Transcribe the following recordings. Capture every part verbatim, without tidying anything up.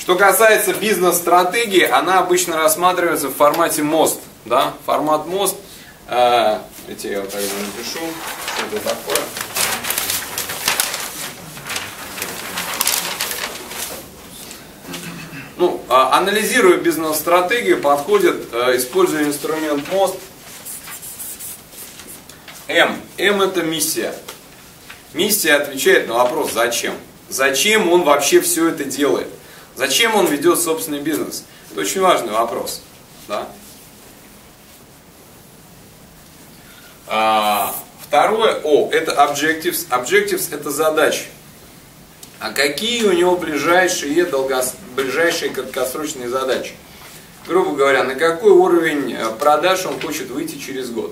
Что касается бизнес-стратегии, она обычно рассматривается в формате мост. Да? Формат мост. Э, эти я вот так напишу. Что это такое? Ну, э, анализируя бизнес-стратегию, подходит, э, используя инструмент мост. М. М это миссия. Миссия отвечает на вопрос «Зачем?». Зачем он вообще все это делает? Зачем он ведет собственный бизнес? Это очень важный вопрос. Да? А, второе, О, это objectives. Objectives это задачи. А какие у него ближайшие, долгос... ближайшие краткосрочные задачи? Грубо говоря, на какой уровень продаж он хочет выйти через год?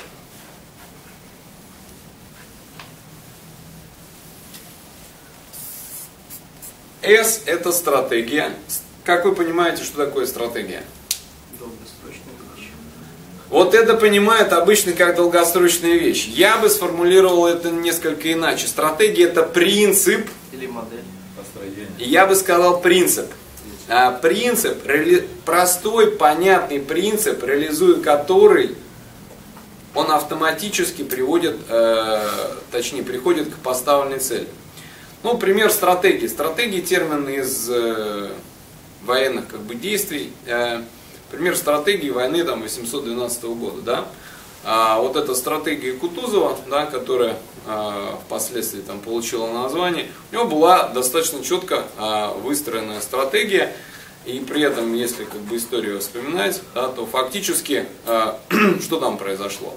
S это стратегия. Как вы понимаете, что такое стратегия? Долгосрочная вещь. Вот это понимают обычно как долгосрочная вещь. Я бы сформулировал это несколько иначе. Стратегия это принцип. Или модель. И я бы сказал принцип. А, принцип, реали... простой, понятный принцип, реализуя который он автоматически приводит, э, точнее, приходит к поставленной цели. Ну, пример стратегии. Стратегии термин из э, военных как бы, действий. Э, пример стратегии войны там, восемьсот двенадцатого года. Да? А, вот эта стратегия Кутузова, да, которая э, впоследствии там, получила название, у него была достаточно четко э, выстроенная стратегия. И при этом, если как бы, историю вспоминать, да, то фактически э, что там произошло?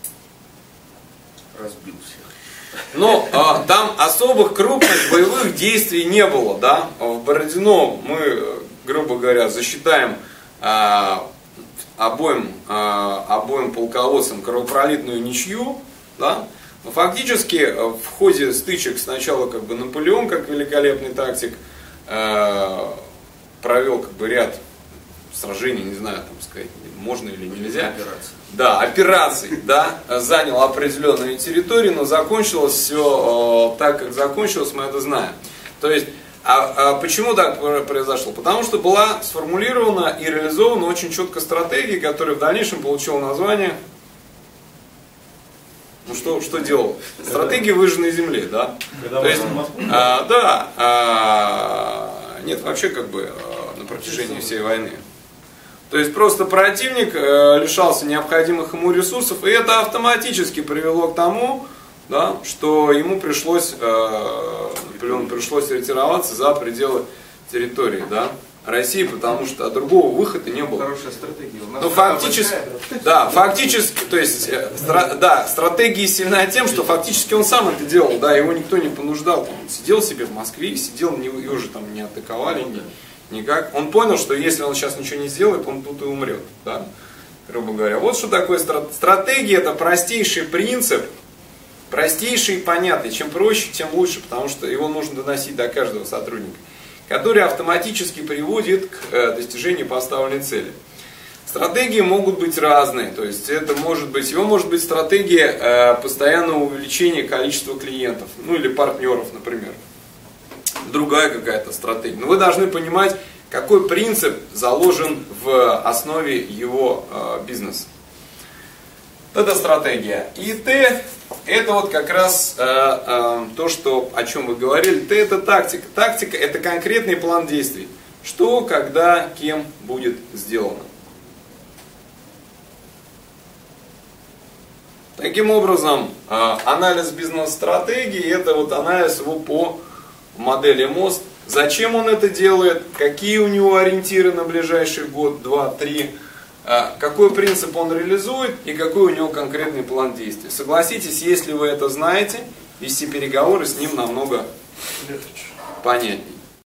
Разбился. Но а, там особых крупных боевых действий не было, да. В Бородино мы, грубо говоря, засчитаем а, обоим, а, обоим полководцам кровопролитную ничью, да. Но фактически в ходе стычек сначала как бы Наполеон, как великолепный тактик, а, провел как бы ряд сражений, не знаю, там сказать, можно или нельзя. Операции. Да, операций, да, занял определенные территории, но закончилось все э, так, как закончилось, мы это знаем. То есть, а, а почему так произошло? Потому что была сформулирована и реализована очень четко стратегия, которая в дальнейшем получила название. Ну что, что делал? Стратегия выжженной земли, да? Когда То есть, а, да, а, нет, вообще как бы на протяжении всей войны. То есть просто противник э, лишался необходимых ему ресурсов, и это автоматически привело к тому, да, что ему пришлось, э, Наполеону пришлось ретироваться за пределы территории, да, России, потому что другого выхода не было. Хорошая стратегия. Ну фактически, да, фактически, то есть, э, стра, да, стратегия сильна тем, что фактически он сам это делал, да, его никто не понуждал, там, он сидел себе в Москве, сидел, его же там не атаковали. Не, Никак. Он понял, что если он сейчас ничего не сделает, он тут и умрет. Да? Грубо говоря. Вот что такое стратегия. Это простейший принцип. Простейший и понятный. Чем проще, тем лучше. Потому что его нужно доносить до каждого сотрудника. Который автоматически приводит к достижению поставленной цели. Стратегии могут быть разные. То есть это может быть, его может быть стратегия постоянного увеличения количества клиентов. Ну или партнеров, например. Другая какая-то стратегия. Но вы должны понимать, какой принцип заложен в основе его э, бизнеса. Это стратегия. И Т это вот как раз э, э, то, что, о чем вы говорили. Т это тактика. Тактика это конкретный план действий. Что, когда, кем будет сделано. Таким образом, э, анализ бизнес-стратегии это вот анализ его по модели мост. Зачем он это делает, какие у него ориентиры на ближайший год, два, три, какой принцип он реализует и какой у него конкретный план действий. Согласитесь, если вы это знаете, вести переговоры с ним намного понятнее.